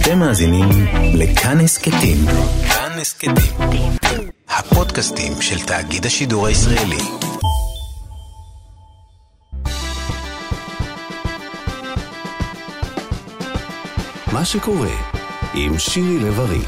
אתם מאזינים לכאן הסכתים. כאן הסכתים, הפודקאסטים של תאגיד השידור הישראלי. מה שקורה עם שירי לב-ארי.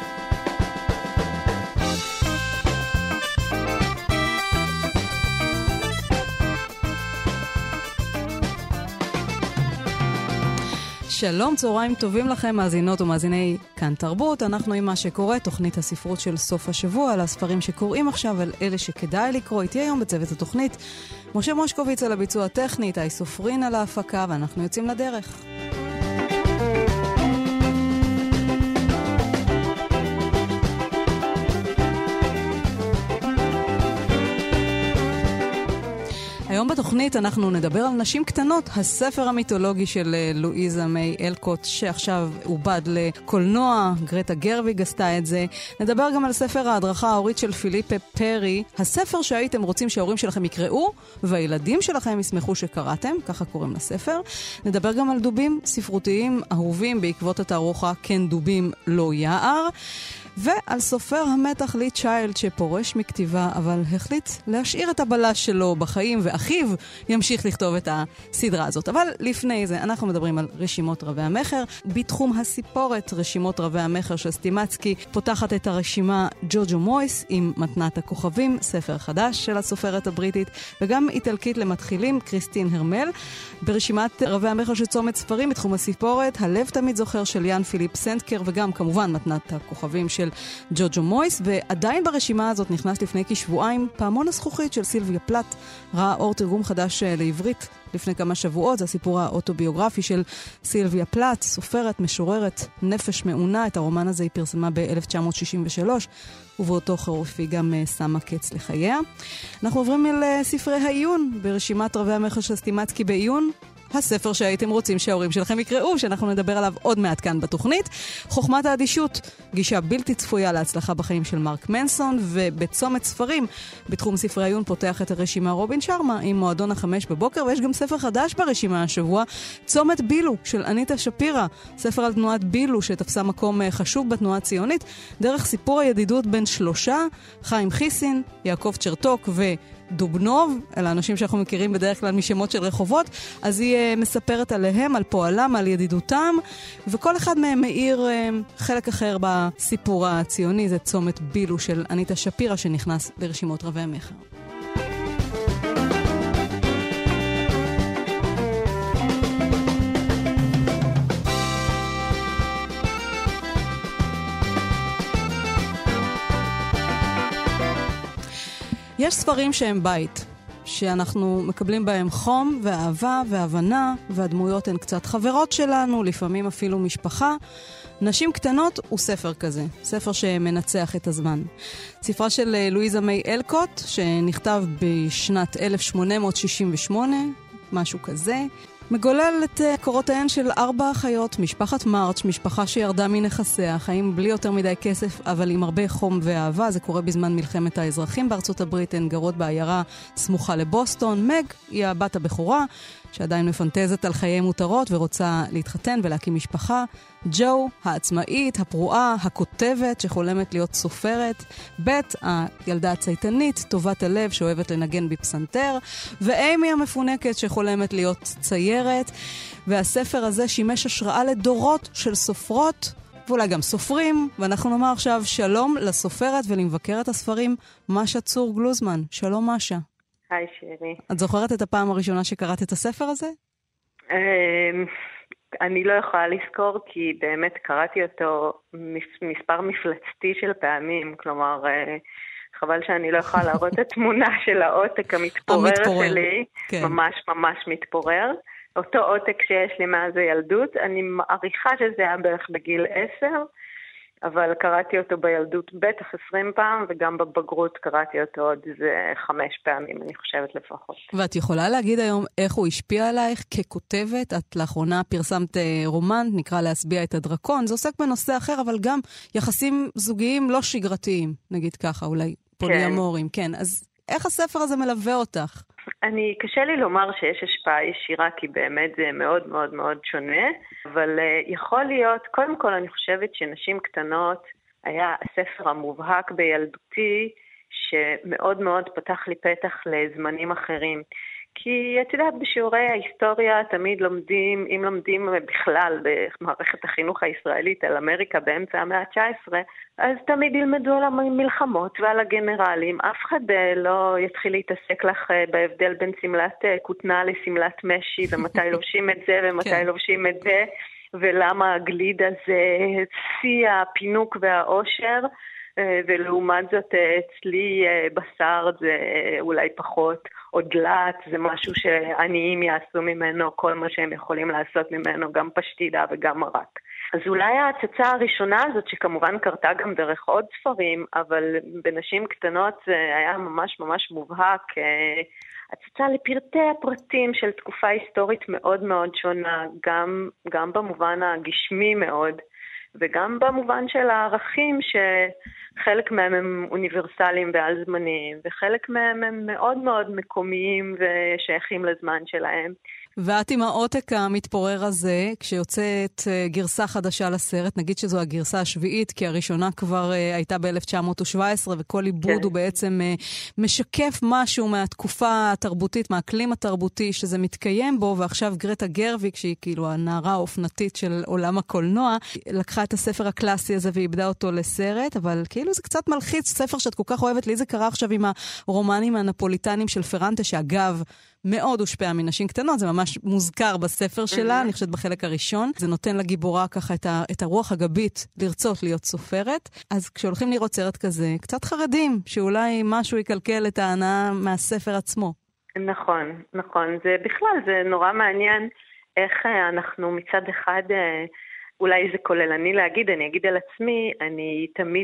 שלום, צהריים טובים לכם, מאזינות ומאזיני כאן תרבות. אנחנו עם מה שקורה, תוכנית הספרות של סוף השבוע, על הספרים שקוראים עכשיו, על אלה שכדאי לקרוא. איתי היום בצוות התוכנית משה מושקוביץ על הביצוע הטכני, איתי סופרין על ההפקה, ואנחנו יוצאים לדרך. היום בתוכנית אנחנו נדבר על נשים קטנות, הספר המיתולוגי של לואיזה מיי אלקוט, שעכשיו עובד לקולנוע, גרטה גרוויג עשתה את זה. נדבר גם על ספר ההדרכה ההורית של פיליפה פרי, הספר שהייתם רוצים שההורים שלכם יקראו, והילדים שלכם ישמחו שקראתם, ככה קוראים לספר. נדבר גם על דובים ספרותיים אהובים בעקבות התערוכה כן דובים לא יער. ועל סופר המתח לי צ'יילד שפורש מכתיבה, אבל החליט להשאיר את הבלש שלו בחיים, ואחיו ימשיך לכתוב את הסדרה הזאת. אבל לפני זה אנחנו מדברים על רשימות רבי המחר. בתחום הסיפורת, רשימות רבי המחר של סטימצקי פותחת את הרשימה ג'וג'ו מויס עם מתנת הכוכבים, ספר חדש של הסופרת הבריטית, וגם איטלקית למתחילים, קריסטין הרמל. ברשימת רבי המחר של צומת ספרים בתחום הסיפורת, הלב תמיד זוכר של יאן פיליפ סנדקר, וגם כמובן מתנת הכוכבים של ג'וג'ו מויס. ועדיין ברשימה הזאת נכנס לפני כשבועיים פעמון הזכוכית של סילביה פלט, ראה אור תרגום חדש לעברית לפני כמה שבועות. זה הסיפור האוטוביוגרפי של סילביה פלט, סופרת, משוררת, נפש מעונה. את הרומן הזה היא פרסמה ב-1963, ובאותו חורף היא גם שמה קץ לחייה. אנחנו עוברים אל ספרי העיון ברשימת רבי המחר של סטימצקי בעיון, הספר שהייתם רוצים שההורים שלכם יקראו, שאנחנו נדבר עליו עוד מעט כאן בתוכנית. חוכמת האדישות, גישה בלתי צפויה להצלחה בחיים של מרק מנסון. ובצומת ספרים, בתחום ספרי העיון פותח את הרשימה רובין שרמה עם מועדון 5 בבוקר, ויש גם ספר חדש ברשימה השבוע, צומת בילו של אניטה שפירה, ספר על תנועת בילו שתפסה מקום חשוב בתנועה הציונית, דרך סיפור הידידות בין שלושה, חיים חיסין, יעקב צ'רטוק דובנוב, אלה האנשים שאנחנו מכירים בדרך כלל משמות של רחובות. אז היא מספרת עליהם, על פועלם, על ידידותם, וכל אחד מהם מאיר חלק אחר בסיפור הציוני. זה צומת בילו של אניטה שפירה שנכנס לרשימות רבי המחר. יש ספרים שהם בית, שאנחנו מקבלים בהם חום ואהבה והבנה, והדמויות הן קצת חברות שלנו, לפעמים אפילו משפחה. נשים קטנות הוא ספר כזה, ספר שמנצח את הזמן. ספרה של לואיזה מיי אלקוט, שנכתב בשנת 1868, משהו כזה. מגולל את קורותיהן של 4 אחיות, משפחת מרץ', משפחה שירדה מנכסיה, חיים בלי יותר מדי כסף, אבל עם הרבה חום ואהבה. זה קורה בזמן מלחמת האזרחים בארצות הברית, הן גרות בעיירה סמוכה לבוסטון. מג היא הבת הבכורה, שעדיין מפנטזת על חיי מותרות ורוצה להתחתן ולהקים משפחה. ג'ו, העצמאית, הפרועה, הכותבת, שחולמת להיות סופרת. בית, הילדה הצייתנית, טובת הלב, שאוהבת לנגן בפסנתר. ואימי המפונקת, שחולמת להיות ציירת. והספר הזה שימש השראה לדורות של סופרות, ואולי גם סופרים. ואנחנו נאמר עכשיו שלום לסופרת ולמבקרת הספרים, משה צור גלוזמן. שלום משה. היי שירי. את זוכרת את הפעם הראשונה שקראת את הספר הזה? אני לא יכולה לזכור, כי באמת קראתי אותו מספר מפלצתי של פעמים. כלומר, חבל שאני לא יכולה להראות את התמונה של העותק המתפורר שלי. כן. ממש ממש מתפורר. אותו עותק שיש לי מאז הילדות. אני מעריכה שזה היה בערך בגיל 10. אבל קראתי אותו בילדות בטח 20 פעם, וגם בבגרות קראתי אותו עוד 5 פעמים, אני חושבת לפחות. ואת יכולה להגיד היום איך הוא השפיע עלייך ככותבת? את לאחרונה פרסמת רומן, נקרא להשביע את הדרקון. זה עוסק בנושא אחר, אבל גם יחסים זוגיים לא שגרתיים, נגיד ככה, אולי פוליאמוריים. כן, אז איך הספר הזה מלווה אותך? קשה לי לומר שיש השפעה ישירה, כי באמת זה מאוד מאוד מאוד שונה, אבל יכול להיות, קודם כל אני חושבת שנשים קטנות היה הספר המובהק בילדותי, שמאוד מאוד פתח לי פתח לזמנים אחרים. כי את יודעת, בשיעורי ההיסטוריה תמיד לומדים, אם לומדים בכלל במערכת החינוך הישראלית על אמריקה באמצע המאה ה-19, אז תמיד ילמדו על המלחמות ועל הגנרלים. אף אחד לא יתחיל להתעסק לך בהבדל בין סמלת כותנה לסמלת משי, ומתי לובשים את זה ומתי לובשים את זה, ולמה הגליד הזה, שיא הפינוק והאושר, ולעומת זאת אצלי בשר זה אולי פחות, או דלת זה משהו שעניים יעשו ממנו כל מה שהם יכולים לעשות ממנו, גם פשטידה וגם מרק. אז אולי ההצצה הראשונה הזאת, שכמובן קרתה גם דרך עוד ספרים, אבל בנשים קטנות זה היה ממש ממש מובהק, הצצה לפרטי הפרטים של תקופה היסטורית מאוד מאוד שונה, גם במובן הגשמי מאוד, וגם במובן של הערכים שחלק מהם הם אוניברסליים ועל זמניים, וחלק מהם הם מאוד מאוד מקומיים ושייכים לזמן שלהם. ואת עם העותק המתפורר הזה, כשיוצאת גרסה חדשה לסרט, נגיד שזו הגרסה השביעית, כי הראשונה כבר הייתה ב-1917, וכל עיבוד הוא בעצם משקף משהו מהתקופה התרבותית, מהאקלים התרבותי שזה מתקיים בו, ועכשיו גרטה גרוויג, שהיא כאילו הנערה האופנתית של עולם הקולנוע, לקחה את הספר הקלאסי הזה ואיבדה אותו לסרט, אבל כאילו זה קצת מלחיץ, ספר שאת כל כך אוהבת. לי זה קרה עכשיו עם הרומנים הנפוליטנים של פרנטה, שאגב, מאוד הושפע מנשים קטנות, זה ממש מוזכר בספר שלה, אני חושבת בחלק הראשון. זה נותן לגיבורה ככה את הרוח הגבית לרצות להיות סופרת. אז כשהולכים לראות סרט כזה, קצת חרדים, שאולי משהו יקלקל את ההנאה מהספר עצמו. נכון, נכון. זה בכלל, זה נורא מעניין איך אנחנו מצד אחד, אולי זה כוללני להגיד, אני אגיד על עצמי, אני תמיד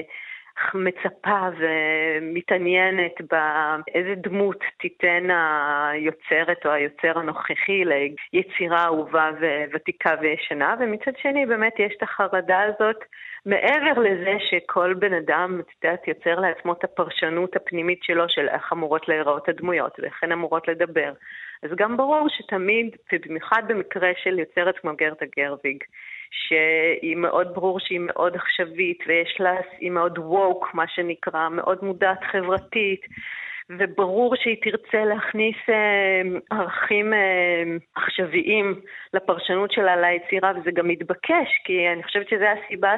מצפה ומתעניינת באיזה דמות תיתן היוצרת או היוצר הנוכחי ליצירה אהובה וותיקה וישנה, ומצד שני באמת יש את החרדה הזאת, מעבר לזה שכל בן אדם יוצר לעצמו את הפרשנות הפנימית שלו של איך אמורות להיראות הדמויות ואיך הן אמורות לדבר. אז גם ברור שתמיד, ובמיוחד במקרה של יוצרת כמו גרטה גרוויג, שהיא מאוד ברור שהיא מאוד עכשווית, היא מאוד ווק, מה שנקרא, מאוד מודעת חברתית, וברור שהיא תרצה להכניס ערכים עכשוויים לפרשנות שלה ליצירה, וזה גם מתבקש, כי אני חושבת שזו הסיבה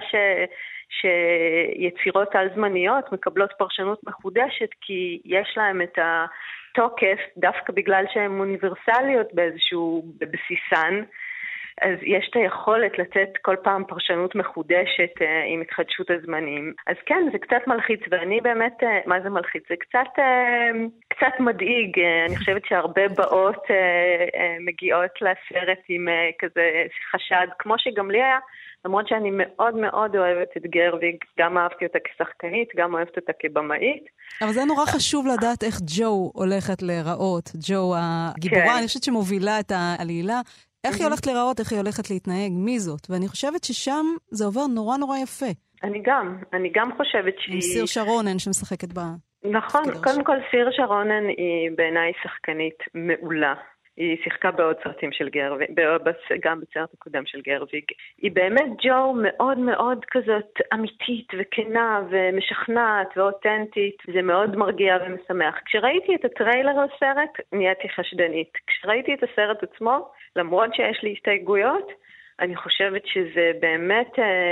שיצירות על זמניות מקבלות פרשנות מחודשת, כי יש להם את התוקף, דווקא בגלל שהן אוניברסליות בבסיסן, אז יש את היכולת לתת כל פעם פרשנות מחודשת עם התחדשות הזמנים. אז כן, זה קצת מלחיץ, ואני באמת, מה זה מלחיץ? זה קצת מדאיג. אני חושבת שהרבה באות מגיעות לסרט עם כזה חשד, כמו שגם לי היה, למרות שאני מאוד מאוד אוהבת את גרוויג, גם אהבתי אותה כשחקנית, גם אוהבת אותה כבמאית. אבל זה נורא חשוב לדעת איך ג'ו הולכת להיראות. ג'ו הגיבורה, אני חושבת שמובילה את העלילה, איך היא הולכת להיראות, איך היא הולכת להתנהג, מי זאת? ואני חושבת ששם זה עובר נורא נורא יפה. אני גם חושבת שהיא... סיר שרונן שמשחקת בה. נכון, קודם כל סיר שרונן היא בעיניי שחקנית מעולה. היא שיחקה בעוד סרטים של גרוויג, גם בסרט הקודם של גרוויג. היא באמת ג'ו מאוד מאוד כזאת אמיתית וכנה ומשכנעת ואותנטית. זה מאוד מרגיע ומשמח. כשראיתי את הטריילר לסרט, נהייתי חשדנית. כשראיתי את הסרט עצמו, למרות שיש לי הסתייגויות, אני חושבת שזה באמת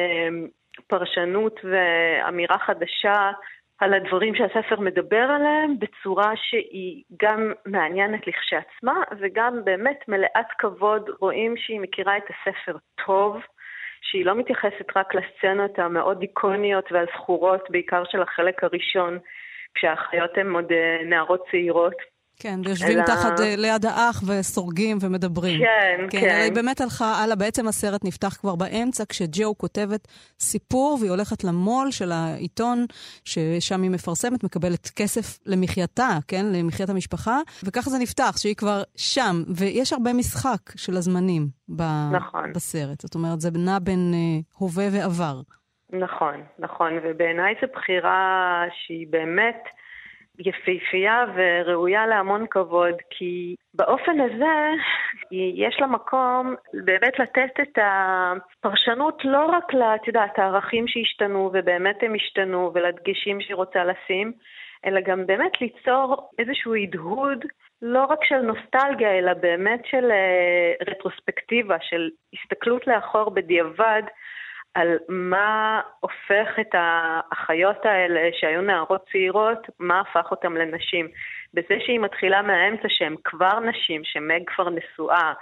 פרשנות ואמירה חדשה על הדברים שהספר מדבר עליהם, בצורה שהיא גם מעניינת לכשעצמה, וגם באמת מלאת כבוד. רואים שהיא מכירה את הספר טוב, שהיא לא מתייחסת רק לסצנות המאוד איקוניות והזכורות, בעיקר של החלק הראשון, כשהאחיות הן עוד נערות צעירות. כן, ויושבים תחת ליד האח וסורגים ומדברים. כן. היא באמת הלכה הלאה, בעצם הסרט נפתח כבר באמצע, כשג'ו כותבת סיפור, והיא הולכת למול של העיתון, ששם היא מפרסמת, מקבלת כסף למחייתה, כן, למחיית המשפחה, וככה זה נפתח, שהיא כבר שם, ויש הרבה משחק של הזמנים בסרט. זאת אומרת, זה נע בין הווה ועבר. נכון, ובעיניי זו בחירה שהיא באמת... יפהפייה וראויה להמון כבוד, כי באופן הזה יש לה מקום באמת לתת את הפרשנות לא רק הערכים שהשתנו ובאמת הם השתנו ולדגשים שהיא רוצה לשים, אלא גם באמת ליצור איזשהו הדהוד לא רק של נוסטלגיה, אלא באמת של רטרוספקטיבה, של הסתכלות לאחור בדיעבד, על מה הופך את האחיות האלה שהיו נערות צעירות, מה הפך אותם לנשים. בזה שהיא מתחילה מהאמצע שהן כבר נשים, שמג כבר נשואה,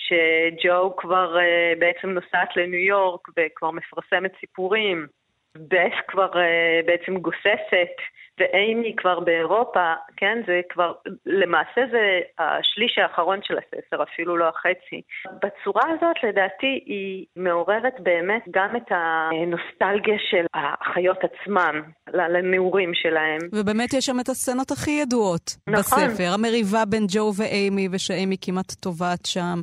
שג'ו כבר בעצם נוסעת לניו יורק וכבר מפרסמת סיפורים, בס כבר בעצם גוססת, ואימי כבר באירופה, כן, זה כבר, למעשה זה השליש האחרון של הספר, אפילו לא החצי. בצורה הזאת, לדעתי, היא מעוררת באמת גם את הנוסטלגיה של החיות עצמם, לנעורים שלהם. ובאמת יש שם את הסצנות הכי ידועות בספר, המריבה בין ג'ו ואימי, ושאימי כמעט טובעת שם,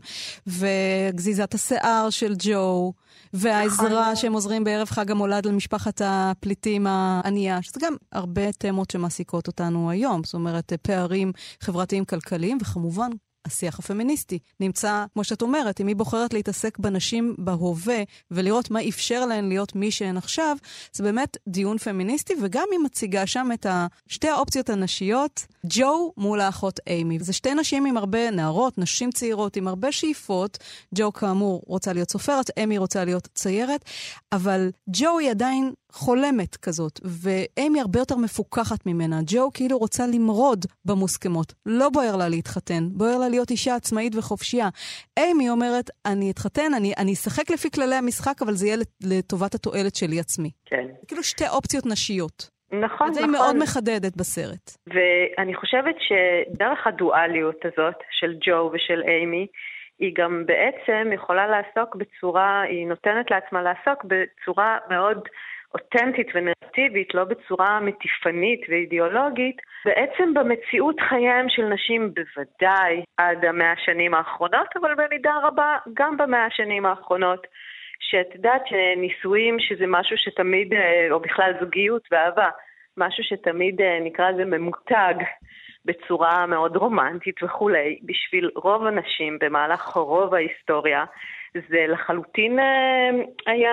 וגזיזת השיער של ג'ו, והעזרה שהם עוזרים בערב חג המולד למשפחת הפליטים הענייה, שזה גם הרבה תמות שמעסיקות אותנו היום, זאת אומרת, פערים חברתיים כלכליים, וכמובן, השיח הפמיניסטי נמצא, כמו שאת אומרת, אם היא בוחרת להתעסק בנשים בהווה, ולראות מה אפשר להן להיות מי שהן עכשיו, זה באמת דיון פמיניסטי, וגם היא מציגה שם את שתי האופציות הנשיות, ג'ו מול האחות אימי. זה שתי נשים עם הרבה נערות, נשים צעירות, עם הרבה שאיפות. ג'ו כאמור רוצה להיות סופרת, אימי רוצה להיות ציירת, אבל ג'ו היא עדיין חולמת כזאת, ואימי הרבה יותר מפוקחת ממנה. ג'ו כאילו רוצה למרוד במוסכמות. לא בוער לה להתחתן, בוער לה להיות אישה עצמאית וחופשייה. אימי אומרת, אני אתחתן, אני אשחק לפי כללי המשחק, אבל זה יהיה לטובת התועלת שלי עצמי. כן. כאילו שתי אופציות נשיות. נכון, וזה היא מאוד מחדדת בסרט. ואני חושבת שדרך הדואליות הזאת של ג'ו ושל אימי, היא גם בעצם יכולה לעסוק בצורה, היא נותנת לעצמה לעסוק בצורה מאוד אותנטית ונרטיבית, לא בצורה מטיפנית ואידיאולוגית, בעצם במציאות חייהם של נשים בוודאי עד 100 השנים האחרונות, אבל במידה רבה גם ב100 השנים האחרונות, שאת יודעת שנישואים שזה משהו שתמיד, או בכלל זוגיות ואהבה, משהו שתמיד נקרא זה ממותג בצורה מאוד רומנטית וכולי, בשביל רוב הנשים במהלך רוב ההיסטוריה, זה לחלוטין היה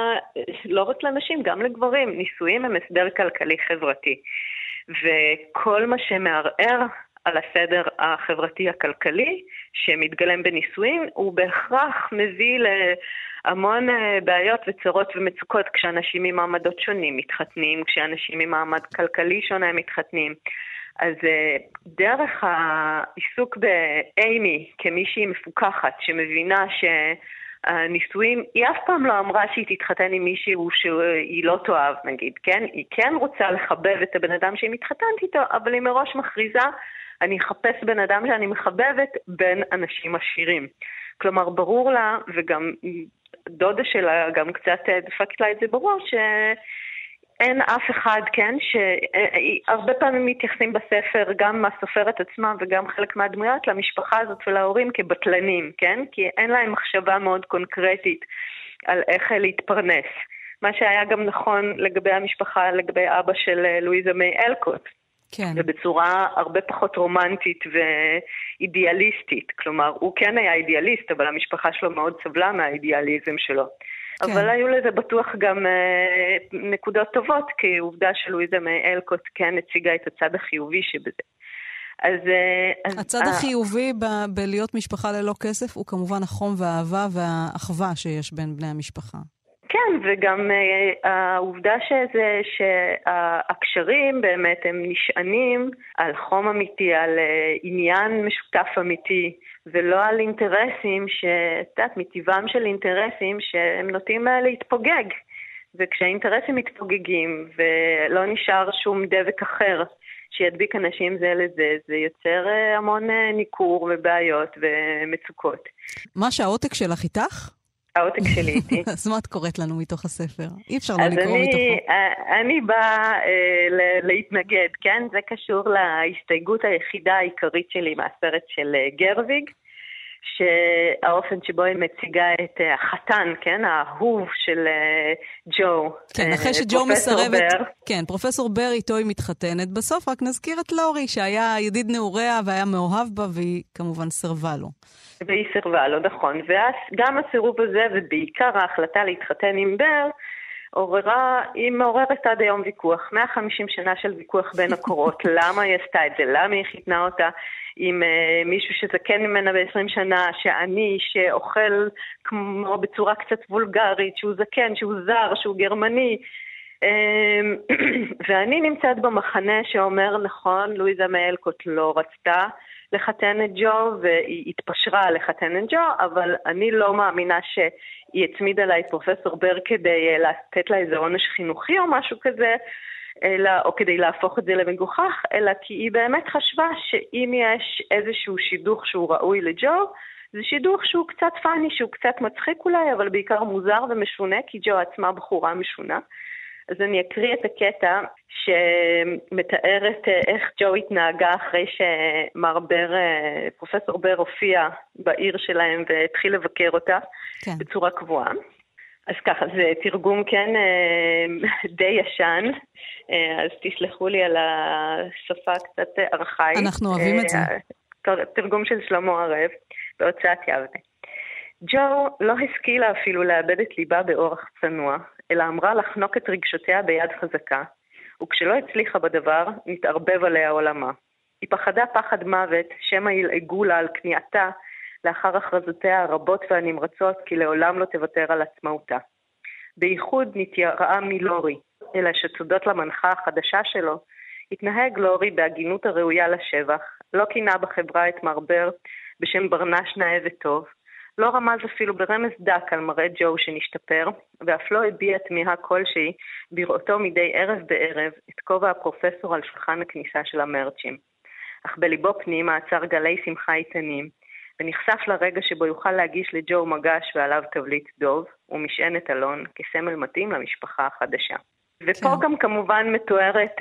לא רק לנשים, גם לגברים. נישואים הם הסדר כלכלי חברתי. וכל מה שמערער על הסדר החברתי הכלכלי שמתגלם בנישואים, הוא בהכרח מביא להמון בעיות וצרות ומצוקות כשאנשים ממעמדות שונים מתחתנים, כשאנשים ממעמד כלכלי שונה מתחתנים. אז דרך העיסוק באימי כמישהי מפוקחת שמבינה שהנישואים, היא אף פעם לא אמרה שהיא תתחתן עם מישהו שהיא לא תאהב נגיד, כן? היא כן רוצה לחבב את הבן אדם שהיא מתחתנת איתו, אבל היא מראש מכריזה, אני אחפש בן אדם שאני מחבבת בין אנשים עשירים. כלומר ברור לה, וגם דודה שלה גם קצת דפקת לה את זה בראש, אין אף אחד, כן, שהרבה פעמים מתייחסים בספר, גם מהסופרת עצמה וגם חלק מהדמויות, למשפחה הזאת ולהורים כבטלנים, כן? כי אין להם מחשבה מאוד קונקרטית על איך להתפרנס. מה שהיה גם נכון לגבי המשפחה, לגבי אבא של לואיזה מיי אלקוט. כן. ובצורה הרבה פחות רומנטית ואידיאליסטית. כלומר, הוא כן היה אידיאליסט, אבל המשפחה שלו מאוד סבלה מהאידיאליזם שלו. כן. אבל היו לזה בטוח גם נקודות טובות, כי עובדה שלואיזה מיי אלקוט כן הציגה את הצד החיובי שבזה. הצד החיובי בלהיות משפחה ללא כסף הוא כמובן החום והאהבה והאחווה שיש בין בני המשפחה. כן, וגם העובדה שהקשרים באמת הם נשענים על חום אמיתי, על עניין משותף אמיתי, ולא על אינטרסים מטבעם של אינטרסים שהם נוטים להתפוגג. וכשהאינטרסים מתפוגגים ולא נשאר שום דבק אחר שידביק אנשים זה לזה, זה יוצר המון ניכור ובעיות ומצוקות. מה שהעותק שלך איתך? העותק שלי איתי. אז מה את קוראת לנו מתוך הספר? אי אפשר לא לקרוא מתוכו. אני באה להתנגד, כן? זה קשור להסתייגות היחידה העיקרית שלי מהסרט של גרוויג, שהאופן שבו היא מציגה את החתן, כן, האהוב של ג'ו, כן, אחרי שג'ו מסרבת, כן, פרופסור בר איתו היא מתחתנת, בסוף רק נזכיר את לורי, שהיה ידיד נעוריה והיה מאוהב בה, והיא כמובן סרבה לו. והיא סרבה לו, נכון, וגם הסירוב הזה, ובעיקר ההחלטה להתחתן עם בר, היא מעוררת עד היום ויכוח, 150 שנה של ויכוח בין הקורות, למה היא עשתה את זה, למה היא חיתנה אותה עם מישהו שזקן ממנה ב-20 שנה, שאני שאוכל כמו בצורה קצת וולגרית, שהוא זקן, שהוא זר, שהוא גרמני, ואני נמצאת במחנה שאומר, נכון, לואיזה מיי אלקוט לא רצתה לחתן את ג'ו, והיא התפשרה לחתן את ג'ו, אבל אני לא מאמינה שהיא הצמיד עליי פרופסור בר כדי לתת לה איזה עונש חינוכי או משהו כזה, או כדי להפוך את זה למגוחך, אלא כי היא באמת חשבה שאם יש איזשהו שידוך שהוא ראוי לג'ו, זה שידוך שהוא קצת פאני, שהוא קצת מצחיק אולי, אבל בעיקר מוזר ומשונה, כי ג'ו עצמה בחורה משונה. אז אני אקריא את הקטע שמתאר את איך ג'ו התנהגה אחרי שמר בר, פרופסור בר הופיע בעיר שלהם והתחיל לבקר אותה כן. בצורה קבועה. אז ככה, זה תרגום כן די ישן, אז תסלחו לי על השפה קצת ארכאית. אנחנו אוהבים את זה. תרגום של שלמה ערב בהוצאת יבנה. ג'ו לא השכילה אפילו לאבד את ליבה באורח צנוע, אלא אמרה לחנוק את רגשותיה ביד חזקה, וכשלא הצליחה בדבר, נתערבב עליה עולמה. היא פחדה פחד מוות, שמא ילעגו לה על כניעתה, לאחר הכרזותיה הרבות והנמרצות, כי לעולם לא תוותר על עצמאותה. בייחוד נתייראה מלורי, אלא שצודות למנחה החדשה שלו, התנהג לורי בהגינות הראויה לשבח, לא קינה בחברה את מרבר בשם ברנש נאה וטוב, לא רמז אפילו ברמז דק על מראה ג'ו שנשתפר, ואף לא הביע תמיהה כלשהי בראותו מדי ערב בערב את כובע הפרופסור על שולחן הכניסה של המרצ'ים. אך בליבו פנימה עצר גלי שמחה איתנים, ונחשף לרגע שבו יוכל להגיש לג'ו מגש ועליו תבליט דוב ומשענת אלון כסמל מתאים למשפחה החדשה. ופה כן. גם כמובן מתוארת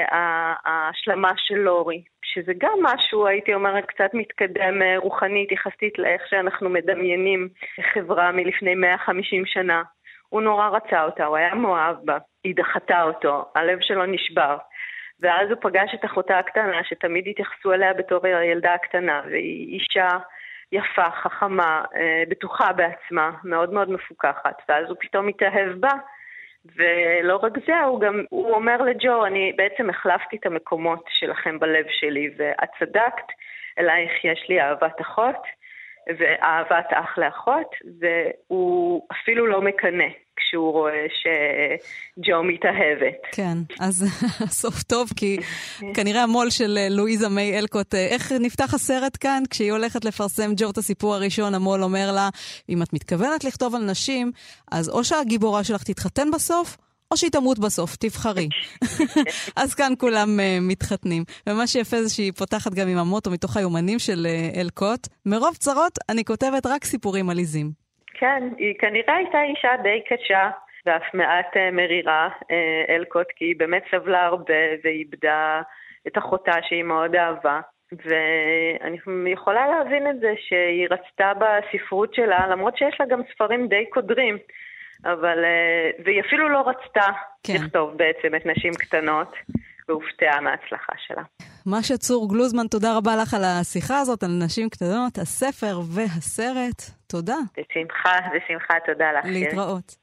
ההשלמה של לורי, שזה גם משהו, הייתי אומרת, קצת מתקדם רוחנית, יחסית לאיך שאנחנו מדמיינים חברה מלפני 150 שנה. הוא נורא רצה אותה, הוא היה מאוהב בה, היא דחתה אותו, הלב שלו נשבר. ואז הוא פגש את אחותה הקטנה, שתמיד התייחסו אליה בתור הילדה הקטנה, והיא אישה יפה, חכמה, בטוחה בעצמה, מאוד מאוד מפוקחת, ואז הוא פתאום מתאהב בה, ולא רק זה, הוא אומר לג'ו, אני בעצם החלפתי את המקומות שלכם בלב שלי, ואת צדקת, אלייך יש לי אהבת אחות, ואהבת אח לאחות, והוא אפילו לא מקנה כשהוא רואה שג'ו מתאהבת. כן, אז סוף טוב, כי כנראה המול של לואיזה מיי אלקוט, איך נפתח הסרט כאן? כשהיא הולכת לפרסם ג'ו את הסיפור הראשון, המול אומר לה, אם את מתכוונת לכתוב על נשים, אז או שהגיבורה שלך תתחתן בסוף, או שהיא תמות בסוף, תבחרי. אז כאן כולם מתחתנים. ומה שיפה זה שהיא פותחת גם עם המוטו מתוך היומנים של אלקוט. מרוב צרות אני כותבת רק סיפורים עליזים. כן, היא כנראה הייתה אישה די קשה, ואף מעט מרירה, אלקוט, כי היא באמת סבלה הרבה ואיבדה את אחותה שהיא מאוד אהבה. ואני יכולה להבין את זה שהיא רצתה בספרות שלה, למרות שיש לה גם ספרים די קודרים, אבל, והיא אפילו לא רצתה לכתוב בעצם את נשים קטנות, והופתעה מההצלחה שלה. משה צור גלוזמן, תודה רבה לך על השיחה הזאת, על נשים קטנות, הספר והסרט. תודה. בשמחה, תודה לך. להתראות.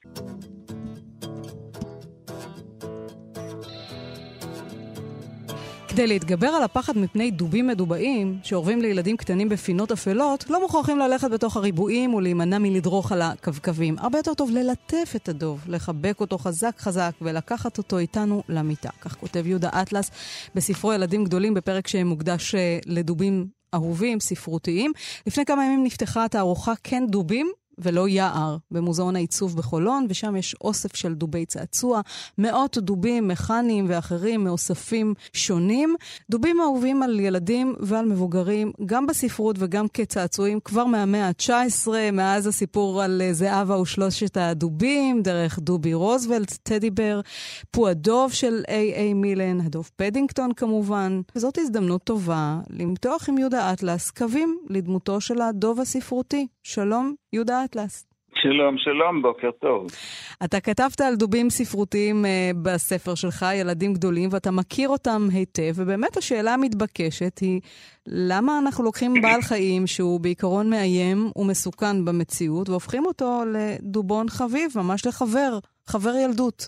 כדי להתגבר על הפחד מפני דובים מדובעים, שאורבים לילדים קטנים בפינות אפלות, לא מוכרחים ללכת בתוך הריבועים ולהימנע מלדרוך על הקווים. הרבה יותר טוב ללטף את הדוב, לחבק אותו חזק חזק ולקחת אותו איתנו למיטה. כך כותב יהודה אטלס בספרו ילדים גדולים בפרק שמוקדש לדובים אהובים, ספרותיים. לפני כמה ימים נפתחה התערוכה כן דובים, ולא יער, במוזיאון העיצוב בחולון, ושם יש אוסף של דובי צעצוע, מאות דובים מכניים ואחרים מאוספים שונים, דובים אהובים על ילדים ועל מבוגרים, גם בספרות וגם כצעצועים, כבר מהמאה ה-19, מאז הסיפור על זהבה ושלושת הדובים, דרך דובי רוזוולט, טדי בר, פועדוב של A.A. מילן, הדוב פדינגטון כמובן. וזאת הזדמנות טובה למתוח עם יהודה אטלס קווים לדמותו של הדוב הספרותי. שלום, יהודה אטלס. שלום, שלום, בוקר טוב. אתה כתבת על דובים ספרותיים בספר שלך, ילדים גדולים, ואתה מכיר אותם היטב, ובאמת השאלה המתבקשת היא, למה אנחנו לוקחים בעל חיים שהוא בעיקרון מאיים ומסוכן במציאות, והופכים אותו לדובון חביב, ממש חבר ילדות?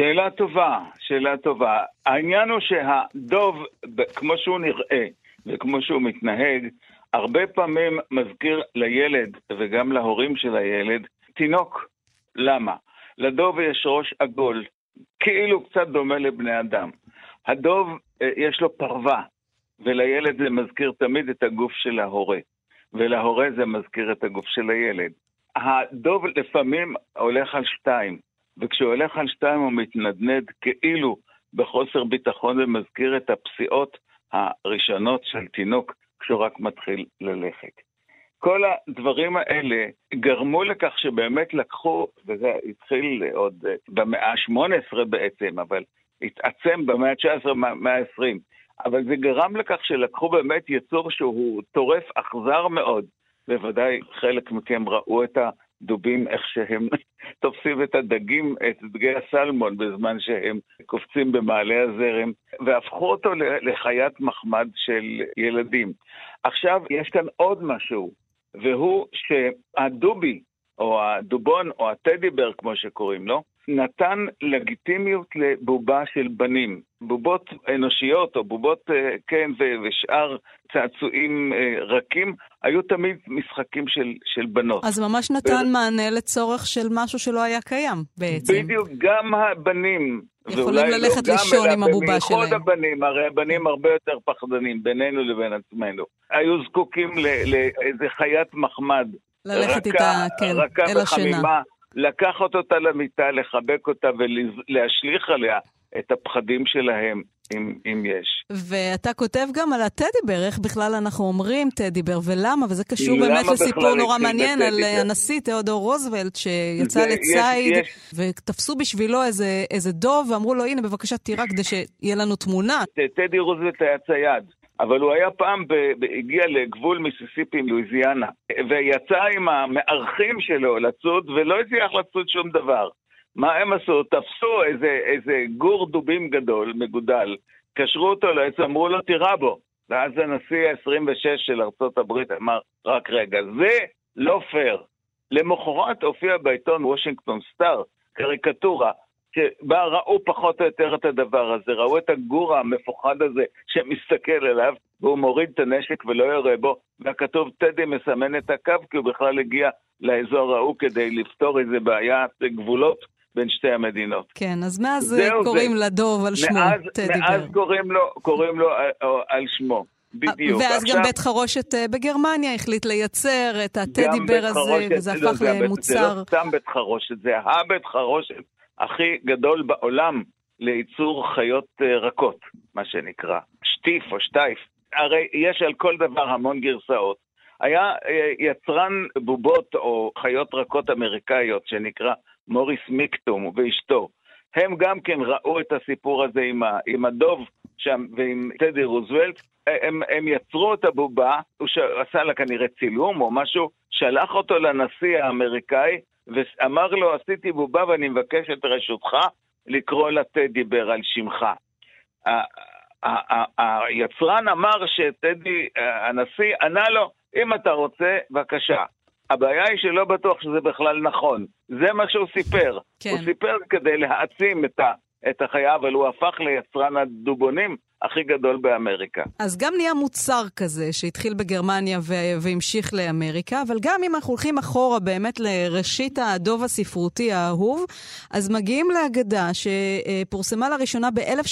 שאלה טובה. העניין הוא שהדוב, כמו שהוא נראה וכמו שהוא מתנהג, הרבה פעמים מזכיר לילד וגם להורים של הילד תינוק. למה? לדוב יש ראש עגול, כאילו קצת דומה לבני אדם. הדוב יש לו פרווה, ולילד זה מזכיר תמיד את הגוף של ההורה, ולהורה זה מזכיר את הגוף של הילד. הדוב לפעמים הולך על 2, וכשהוא הולך על 2 הוא מתנדנד כאילו בחוסר ביטחון, ומזכיר את הפסיעות הראשונות של תינוק כשהוא רק מתחיל ללכת. כל הדברים האלה גרמו לכך שבאמת לקחו, וזה התחיל עוד במאה ה-18 בעצם, אבל התעצם במאה ה-19, במאה ה-20. אבל זה גרם לכך שלקחו באמת יצור שהוא טורף אכזר מאוד. בוודאי חלק מכם ראו את הדובים, איך שהם תופסים את הדגים, את דגי הסלמון, בזמן שהם קופצים במעלה הזרם, והפכו אותו לחיית מחמד של ילדים. עכשיו, יש כאן עוד משהו, והוא שהדובי, או הדובון, או הטדי בר, כמו שקוראים לו, נתן לגיטימיות לבובה של בנים. בובות אנושיות, או בובות, כן, ושאר צעצועים רכים, היו תמיד משחקים של בנות. אז ממש נתן מענה לצורך של משהו שלא היה קיים בעצם. בדיוק, גם הבנים, יכולים ללכת לישון עם הבובה שלהם. במיוחד הבנים, הרי הבנים הרבה יותר פחדנים בינינו לבין עצמנו. היו זקוקים לאיזה חיית מחמד, ללכת איתה, כן, אל השינה. לקחת אותה למיטה, לחבק אותה ולהשליך עליה את הפחדים שלהם, אם יש. ואתה כותב גם על הטדי בר, איך בכלל אנחנו אומרים טדי בר, ולמה? וזה קשור באמת לסיפור נורא מעניין על הנשיא תיאודור רוזוולט, שיצא לצייד, ותפסו בשבילו איזה דוב, ואמרו לו, הנה בבקשה תירה כדי שיהיה לנו תמונה. טדי רוזוולט היה צייד. אבל הוא היה פעם, הגיע לגבול מיסיסיפי עם לואיזיאנה, ויצא עם המארחים שלו לצוד, ולא הצליח לצוד שום דבר. מה הם עשו? תפסו איזה גור דובים גדול, מגודל, קשרו אותו לעץ, אמרו לו תירה בו. ואז הנשיא ה-26 של ארצות הברית אמר, רק רגע, זה לא פייר. למחרת הופיע בעיתון וושינגטון סטאר, קריקטורה, שבה ראו פחות או יותר את הדבר הזה, ראו את הגור המפוחד הזה שמסתכל אליו, והוא מוריד את הנשק ולא יורה בו, והכתוב טדי מסמן את הקו, כי הוא בכלל הגיע לאזור ההוא כדי לפתור איזה בעיית גבולות בין שתי המדינות. כן, אז מאז קוראים לדוב על שמו, טדי בר. מאז קוראים לו על שמו. בדיוק. ואז גם בית חרושת בגרמניה החליט לייצר את הטדי בר הזה, וזה הפך למוצר. זה לא סתם בית חרושת, זה הבית חרושת הכי גדול בעולם לייצור חיות רכות, מה שנקרא, שטיף או שטייף. הרי יש על כל דבר המון גרסאות. היה יצרן בובות או חיות רכות אמריקאיות שנקרא מוריס מיקטום ואשתו. הם גם כן ראו את הסיפור הזה עם הדוב שם ועם טדי רוזוולט. הם יצרו את הבובה, הוא עשה לה כנראה צילום או משהו, שלח אותו לנשיא האמריקאי, ואמר לו, עשיתי בובה ואני מבקש את רשותך לקרוא לה טדי בר על שמך. היצרן אמר שטדי, הנשיא, ענה לו, אם אתה רוצה, בבקשה. הבעיה היא שלא בטוח שזה בכלל נכון. זה מה שהוא סיפר. כן. הוא סיפר כדי להעצים את החיה, אבל הוא הפך ליצרן הדובונים הכי גדול באמריקה. אז גם נהיה מוצר כזה שהתחיל בגרמניה והמשיך לאמריקה, אבל גם אם אנחנו הולכים אחורה באמת לראשית הדוב הספרותי האהוב, אז מגיעים להגדה שפורסמה לראשונה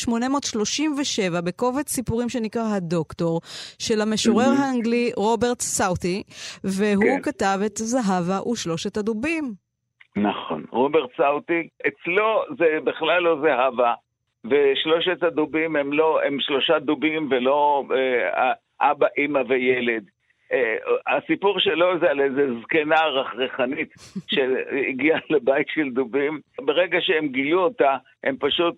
ב-1837 בקובץ סיפורים שנקרא הדוקטור, של המשורר האנגלי רוברט סאותי, והוא כתב את זהבה ושלושת הדובים. נכון, רוברט סאותי, אצלו זה בכלל לא זהבה, ושלושת הדובים הם שלושה דובים ולא אבא, אמא וילד. הסיפור שלו זה על איזה זקנה רכרחנית שהגיעה לבית של דובים. ברגע שהם גילו אותה, הם פשוט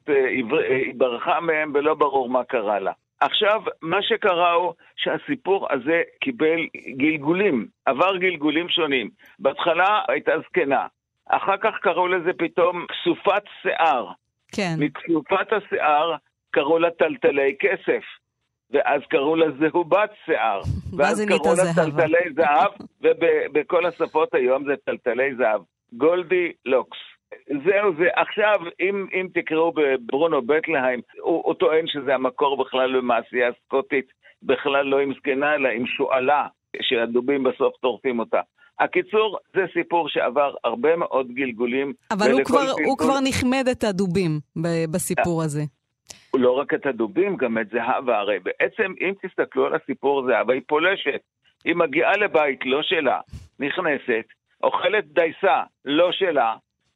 ברחה מהם ולא ברור מה קרה לה. עכשיו, מה שקרה הוא שהסיפור הזה קיבל גלגולים, עבר גלגולים שונים. בהתחלה הייתה זקנה, אחר כך קראו לזה פתאום כסופת שיער. כן. מכסופת השיער קראו לה טלטלי כסף, ואז קראו לה זהובת שיער, ואז קראו לה טלטלי זהב, ובכל השפות היום זה טלטלי זהב. גולדי לוקס. זהו זה. עכשיו, אם תקראו בברונו בטלהיים, הוא טוען שזה המקור בכלל במעשייה סקוטית, בכלל לא עם זקנה, אלא עם שואלה, שהדובים בסוף טורפים אותה. הקיצור, זה סיפור שעבר הרבה מאוד גלגולים. אבל הוא כבר נחמד את הדובים בסיפור הזה. לא רק את הדובים, גם את זהבה. הרי בעצם, אם תסתכלו על הסיפור זהבה, היא פולשת. היא מגיעה לבית לא שלה, נכנסת, אוכלת דייסה לא שלה,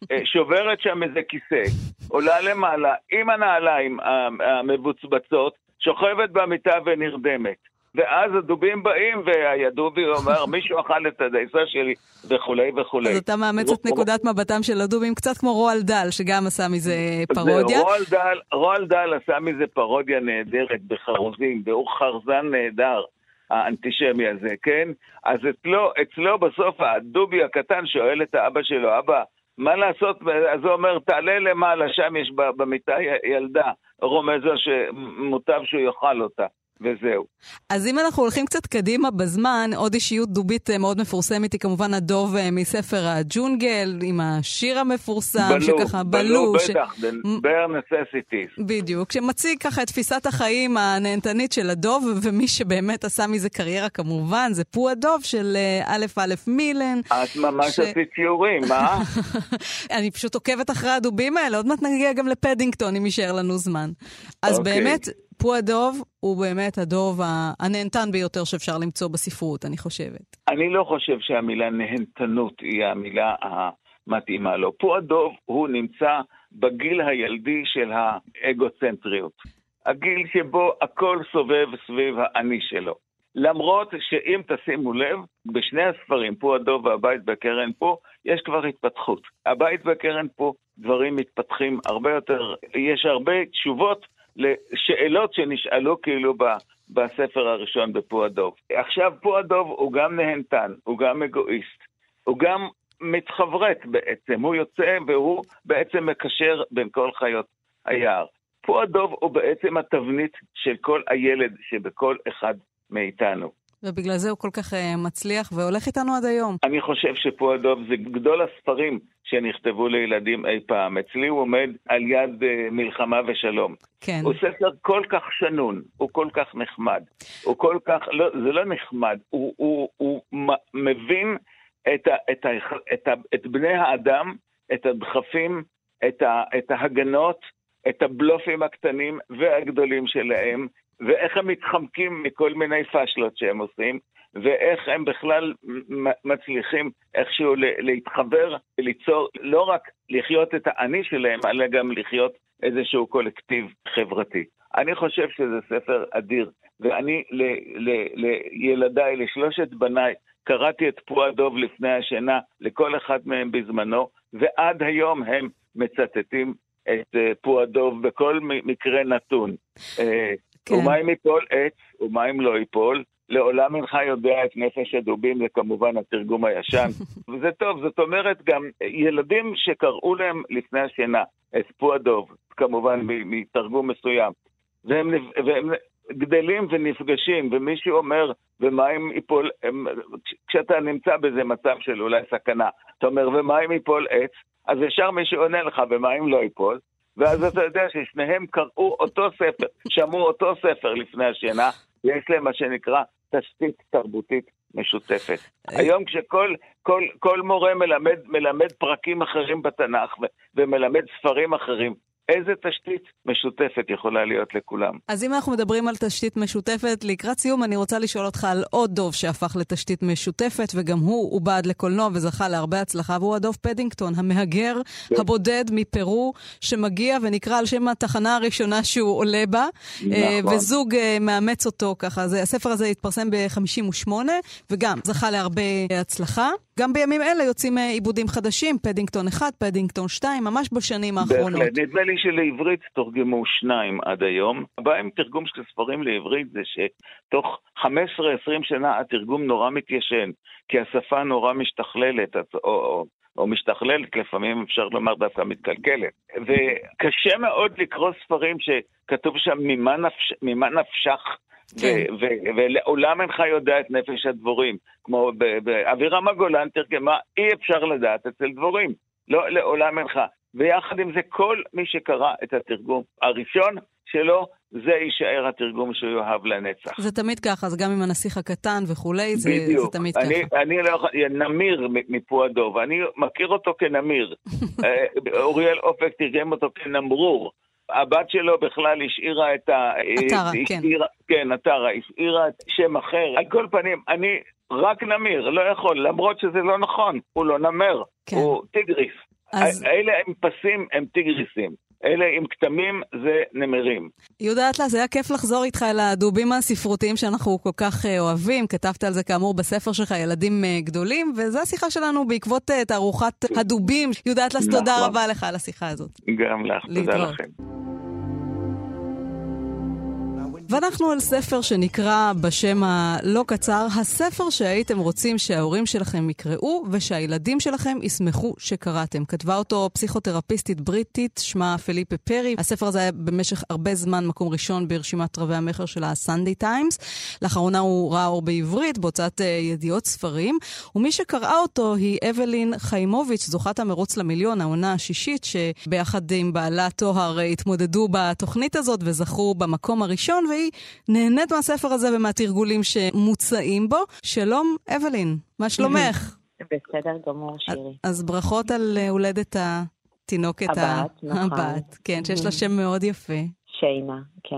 שוברת שם איזה כיסא, עולה למעלה עם הנעליים המבוצבצות, שוכבת במיטה ונרדמת. ואז הדובים באים, והדובי אומר, מישהו אכל את הדייסה שלי, וכולי וכולי. אז אתה מאמץ את נקודת מבטם של הדובים, קצת כמו רועל דל, שגם עשה מזה פרודיה. רועל דל עשה מזה פרודיה נהדרת בחרוזים, והוא חרזן נהדר, האנטישמי הזה, כן? אז אצלו בסוף הדובי הקטן שואל את האבא שלו, אבא, מה לעשות? אז הוא אומר, תעלה למעלה, שם יש במיטה ילדה, רומזו שמוטב שהוא יאכל אותה. וזהו. אז אם אנחנו הולכים קצת קדימה בזמן, עוד אישיות דובית מאוד מפורסמת היא כמובן הדוב מספר הג'ונגל, עם השיר המפורסם, שככה בלו, בטח, bare necessities. בדיוק, שמציג ככה את תפיסת החיים הנהנתנית של הדוב, ומי שבאמת עשה מזה קריירה כמובן, זה פו הדוב של א' מילן. את ממש עשית ציורים, מה? אני פשוט עוקבת אחרי הדובים האלה, עוד מעט נגיע גם לפדינגטון, אם יישאר לנו זמן. אז באמת, פו הדוב הוא באמת הדוב הנהנתן ביותר שאפשר למצוא בספרות, אני חושבת. אני לא חושב שהמילה נהנתנות היא המילה המתאימה לו. פו הדוב הוא נמצא בגיל הילדי של האגוצנטריות. הגיל שבו הכל סובב סביב האני שלו. למרות שאם תשימו לב, בשני הספרים, פו הדוב והבית בקרן פה, יש כבר התפתחות. הבית בקרן פה, דברים מתפתחים הרבה יותר, יש הרבה תשובות, לשאלות שנשאלו כאילו בספר הראשון בפו הדוב. עכשיו פו הדוב הוא גם נהנתן, הוא גם אגואיסט, הוא גם מתחברת בעצם, הוא יוצא והוא בעצם מקשר בין כל חיות היער. פו הדוב הוא בעצם התבנית של כל הילד שבכל אחד מאיתנו. ובגלל זה הוא כל כך מצליח והולך איתנו עד היום. אני חושב שפו הדוב זה גדול הספרים שנכתבו לילדים אי פעם. אצלי הוא עומד על יד מלחמה ושלום. כן. הוא ספר כל כך שנון, הוא כל כך נחמד. הוא כל כך, לא, זה לא נחמד, הוא מבין את בני האדם, את הדחפים, את ההגנות, את הבלופים הקטנים והגדולים שלהם, ואיך הם מתחמקים מכל מיני פשלות שהם עושים, ואיך הם בכלל מצליחים איכשהו להתחבר וליצור, לא רק לחיות את האני שלהם, אלא גם לחיות איזשהו קולקטיב חברתי. אני חושב שזה ספר אדיר, ואני לילדיי, לשלושת בניי, קראתי את פו הדוב לפני השינה, לכל אחד מהם בזמנו, ועד היום הם מצטטים את פו הדוב בכל מקרה נתון. כן. ומה אם ייפול עץ, ומה אם לא ייפול, לעולם אינך יודע את נפש הדובים, זה כמובן התרגום הישן. וזה טוב, זאת אומרת גם ילדים שקראו להם לפני השינה, את פו הדוב, כמובן מתרגום מסוים, והם גדלים ונפגשים, ומישהו אומר, ומה אם ייפול, כשאתה נמצא בזה מצב של אולי סכנה, אתה אומר, ומה אם ייפול עץ, אז ישר מישהו עונה לך, ומה אם לא ייפול, ואז אתה יודע ששניהם קראו אותו ספר, שמעו אותו ספר לפני השינה, ויש להם מה שנקרא תשתית תרבותית משותפת. היום כשכל מורה מלמד פרקים אחרים בתנ"ך ומלמד ספרים אחרים, איזה תשתית משותפת יכולה להיות לכולם? אז אם אנחנו מדברים על תשתית משותפת, לקראת סיום אני רוצה לשאול אותך על עוד דוב שהפך לתשתית משותפת, וגם הוא בעד לקולנוע וזכה להרבה הצלחה, והוא הדוב פדינגטון, המהגר הבודד מפרו, שמגיע ונקרא על שם התחנה הראשונה שהוא עולה בה, וזוג מאמץ אותו ככה. הספר הזה התפרסם ב-58, וגם זכה להרבה הצלחה. גם בימים אלה יוצאים עיבודים חדשים, פדינגטון 1, פדינגטון 2, ממש בשנים האחרונות. בהחלט, נדמה לי שלעברית תורגמו 2 עד היום. הבעיה עם תרגום של ספרים לעברית זה שתוך 15-20 שנה התרגום נורא מתיישן, כי השפה נורא משתכללת, או משתכללת, לפעמים אפשר לומר דווקא מתקלקלת. וקשה מאוד לקרוא ספרים שכתוב שם ממה נפשך, ולעולם אינך יודע את נפש הדבורים, כמו באבירם הגולן תרגמה, אי אפשר לדעת אצל דבורים, לא לעולם אינך. ויחד עם זה כל מי שקרא את התרגום הראשון שלו, זה יישאר התרגום שהוא יאהב לנצח. זה תמיד ככה, אז גם עם הנסיך הקטן וכולי, זה תמיד ככה. אני נמיר מפועדוב, אני מכיר אותו כנמיר. אוריאל אופק תרגם אותו כנמרור. הבת שלו בכלל השאירה את עטרה, כן. כן, עטרה, השאירה את שם אחר. על כל פנים, אני רק נמיר, לא יכול, למרות שזה לא נכון, הוא לא נמר, כן. הוא טיגריס. אלה הם פסים, הם טיגריסים. אלה עם כתמים זה נמרים. יהודה אטלס, היה כיף לחזור איתך אל הדובים הספרותיים שאנחנו כל כך אוהבים. כתבת על זה כאמור בספר שלך, ילדים גדולים, וזו השיחה שלנו בעקבות תערוכת הדובים. יהודה אטלס, תודה רבה לך על השיחה הזאת. גם לך, תודה לכם. ואנחנו על ספר שנקרא בשם הלא קצר, הספר שהייתם רוצים שההורים שלכם יקראו ושהילדים שלכם ישמחו שקראתם. כתבה אותו פסיכותרפיסטית בריטית, שמה פליפה פרי. הספר הזה היה במשך הרבה זמן מקום ראשון ברשימת רבי המחר של הסנדיי טיימס. לאחרונה הוא ראה אור בעברית, בהוצאת ידיעות ספרים. ומי שקראה אותו היא אבלין חיימוביץ', זוכת המרוץ למיליון, העונה השישית, שביחד עם בעלה תוהר התמודדו בתוכנית הזאת וזכו במקום הראשון, והיא נהנית מהספר הזה ומהתרגולים שמוצאים בו. שלום, אבלין, מה שלומך? בסדר גמור, שירי. אז ברכות על הולדת התינוקת הבת, כן, שיש לה שם מאוד יפה. שיינה, כן.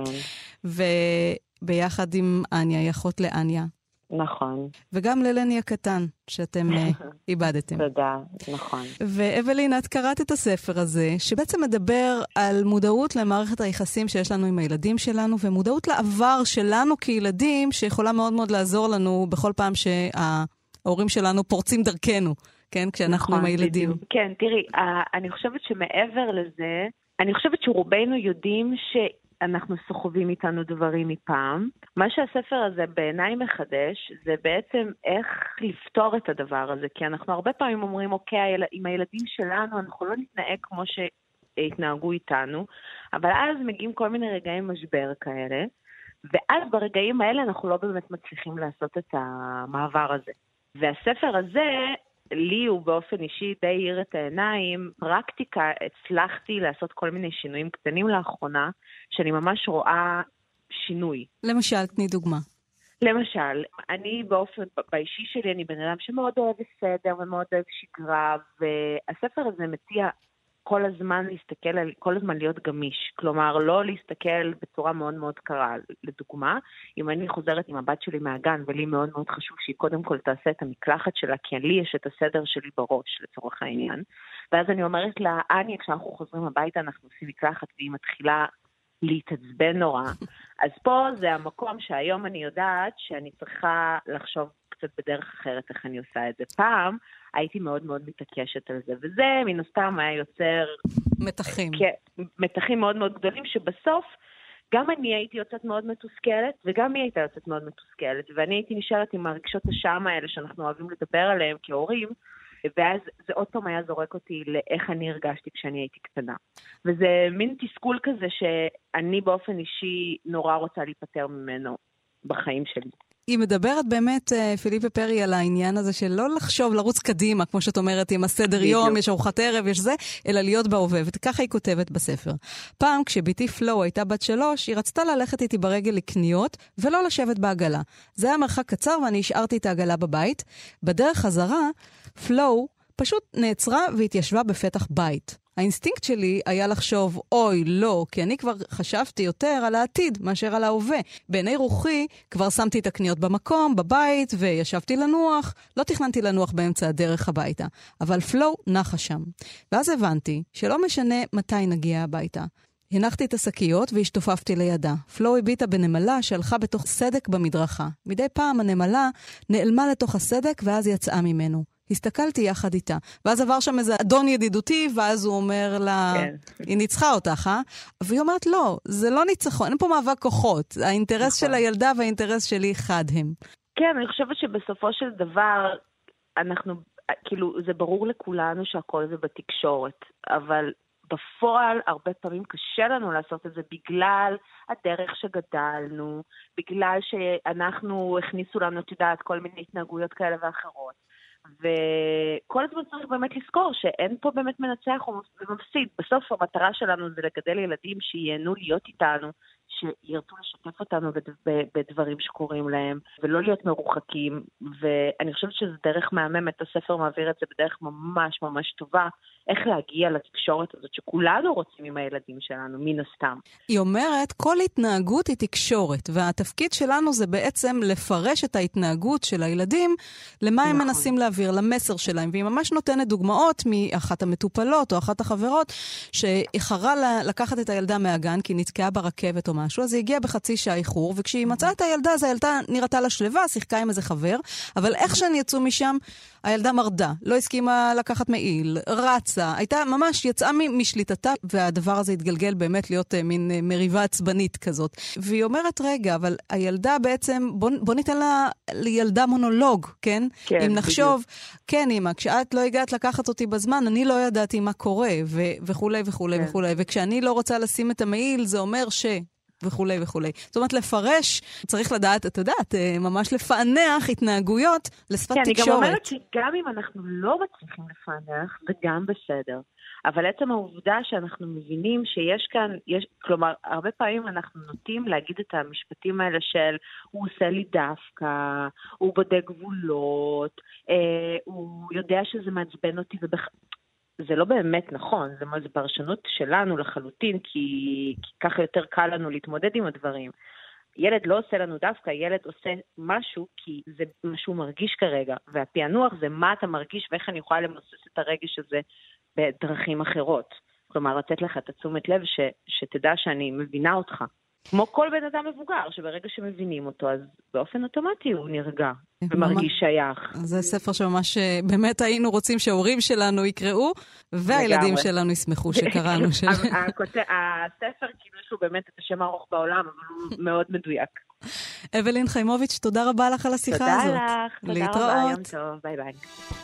וביחד עם אניה, היא אחות לאניה. נכון. וגם ללני הקטן, שאתם איבדתם. תודה, נכון. ואבלין, את קראת את הספר הזה, שבעצם מדבר על מודעות למערכת היחסים שיש לנו עם הילדים שלנו, ומודעות לעבר שלנו כילדים, שיכולה מאוד מאוד לעזור לנו בכל פעם שההורים שלנו פורצים דרכנו, כן? כשאנחנו עם הילדים. כן, תראי, אני חושבת שמעבר לזה, אני חושבת שרובנו יודעים אנחנו סוחבים איתנו דברים מפעם. מה שהספר הזה בעיניי מחדש, זה בעצם איך לפתור את הדבר הזה, כי אנחנו הרבה פעמים אומרים, אוקיי, עם הילדים שלנו אנחנו לא נתנהג כמו שהתנהגו איתנו, אבל אז מגיעים כל מיני רגעי משבר כאלה, ואז ברגעים האלה אנחנו לא באמת מצליחים לעשות את המעבר הזה. והספר הזה, לי הוא באופן אישי די עיר את העיניים, פרקטיקה, הצלחתי לעשות כל מיני שינויים קטנים לאחרונה, שאני ממש רואה שינוי. למשל, תני דוגמה. למשל, אני באופן, באישי שלי, אני בן אדם שמאוד אוהב סדר ומאוד אוהב שגרה, והספר הזה מציע כל הזמן להסתכל, כל הזמן להיות גמיש. כלומר, לא להסתכל בצורה מאוד מאוד קרה. לדוגמה, אם אני חוזרת עם הבת שלי מהגן, ולי מאוד מאוד חשוב שהיא קודם כל תעשה את המקלחת שלה, כי לי יש את הסדר שלי בראש, לצורך העניין. ואז אני אומרת לה, אניה, כשאנחנו חוזרים הביתה, אנחנו עושים מקלחת, והיא מתחילה להתעצבן נורא. אז פה זה המקום שהיום אני יודעת שאני צריכה לחשוב קצת בדרך אחרת איך אני עושה את זה. פעם הייתי מאוד מאוד מתעקשת על זה, וזה מן הסתם היה יוצר מתחים. מתחים מאוד מאוד גדולים, שבסוף גם אני הייתי יוצאת מאוד מתוסכלת, וגם היא הייתה יוצאת מאוד מתוסכלת, ואני הייתי נשארת עם הרגשות השם האלה שאנחנו אוהבים לדבר עליהם כהורים, ואז זה עוד פעם היה זורק אותי לאיך אני הרגשתי כשאני הייתי קטנה. וזה מין תסכול כזה שאני באופן אישי נורא רוצה להיפטר ממנו בחיים שלי. היא מדברת באמת, פיליפה פרי, על העניין הזה של לא לחשוב, לרוץ קדימה, כמו שאת אומרת, עם הסדר יום, יש ארוחת ערב, יש זה, אלא להיות בהווה. וככה היא כותבת בספר. פעם, כשביתי פלו הייתה בת 3, היא רצתה ללכת איתי ברגל לקניות, ולא לשבת בעגלה. זה היה מרחק קצר, ואני השארתי את העגלה בבית. בדרך חזרה, פלו פשוט נעצרה והתיישבה בפתח בית. האינסטינקט שלי היה לחשוב, אוי, לא, כי אני כבר חשבתי יותר על העתיד מאשר על ההווה. בעיני רוחי כבר שמתי את הקניות במקום, בבית, וישבתי לנוח. לא תכננתי לנוח באמצע הדרך הביתה, אבל פלו נחה שם. ואז הבנתי שלא משנה מתי נגיע הביתה. הנחתי את השקיות והשתופפתי לידה. פלו הביטה בנמלה שהלכה בתוך סדק במדרכה. מדי פעם הנמלה נעלמה לתוך הסדק ואז יצאה ממנו. הסתכלתי יחד איתה. ואז עבר שם איזה אדון ידידותי, ואז הוא אומר לה, היא ניצחה אותך, והיא אומרת, לא, זה לא ניצחון, אין פה מאבק כוחות. האינטרס של הילדה והאינטרס שלי חד הם. כן, אני חושבת שבסופו של דבר, אנחנו, כאילו, זה ברור לכולנו שהכל זה בתקשורת, אבל בפועל הרבה פעמים קשה לנו לעשות את זה בגלל הדרך שגדלנו, בגלל שאנחנו הכניסו לנו, תדעת, כל מיני התנהגויות כאלה ואחרות. וכל הזמן צריך באמת לזכור שאין פה באמת מנצח ומפסיד. בסוף המטרה שלנו זה לגדל ילדים שיהנו להיות איתנו, שירצו לשתף אותנו בדברים שקורים להם, ולא להיות מרוחקים. ואני חושבת שזה דרך מהממת, הספר מעביר את זה בדרך ממש ממש טובה, איך להגיע לתקשורת הזאת שכולנו רוצים עם הילדים שלנו, מן הסתם. היא אומרת, כל התנהגות היא תקשורת, והתפקיד שלנו זה בעצם לפרש את ההתנהגות של הילדים, למה הם מנסים להעביר, למסר שלהם, והיא ממש נותנת דוגמאות מאחת המטופלות או אחת החברות, שאיחרה לקחת את הילדה מהגן, כי נתקעה ברכבת או משהו, אז היא הגיעה בחצי שעה איחור, וכשהיא מצאה את הילדה, אז הילדה נראתה לה שלווה, שיחקה עם איזה חבר, אבל איך שהן יצאו משם, הילדה מרדה, לא הסכימה לקחת מעיל, רצה, הייתה ממש יצאה משליטתה, והדבר הזה התגלגל באמת להיות מין מריבה עצבנית כזאת. והיא אומרת, רגע, אבל הילדה בעצם, בוא ניתן לה לילדה מונולוג, כן? כן, אם נחשוב, בדיוק. כן, אמא, כשאת לא הגעת לקחת אותי בזמן, אני לא ידעתי מה קורה, וכולי וכולי כן. וכולי. וכשאני לא רוצה לשים את המעיל, זה אומר וכולי וכולי. זאת אומרת, לפרש, צריך לדעת, את יודעת, ממש לפענח התנהגויות לשפת תקשורת. כן, אני גם אומרת שגם אם אנחנו לא מצליחים לפענח, זה גם בסדר. אבל עצם העובדה שאנחנו מבינים שיש כאן, כלומר, הרבה פעמים אנחנו נוטים להגיד את המשפטים האלה של, הוא עושה לי דווקא, הוא בודק גבולות, הוא יודע שזה מעצבן אותי, זה לא באמת נכון, זה פרשנות שלנו לחלוטין, כי ככה יותר קל לנו להתמודד עם הדברים. ילד לא עושה לנו דווקא, ילד עושה משהו כי זה מה שהוא מרגיש כרגע, והפענוח זה מה אתה מרגיש ואיך אני יכולה למוסס את הרגש הזה בדרכים אחרות. כלומר, לתת לך את תשומת לב שתדע שאני מבינה אותך. כמו כל בן אדם מבוגר, שברגע שמבינים אותו, אז באופן אוטומטי הוא נרגע ומרגיש שייך. זה ספר שממש באמת היינו רוצים שההורים שלנו יקראו, והילדים שלנו ישמחו שקראנו. הספר כאילו יש לו באמת את השם הארוך בעולם, אבל הוא מאוד מדויק. אבלין חיימוביץ', תודה רבה לך על השיחה הזאת. תודה לך, תודה רבה, יום טוב, ביי ביי.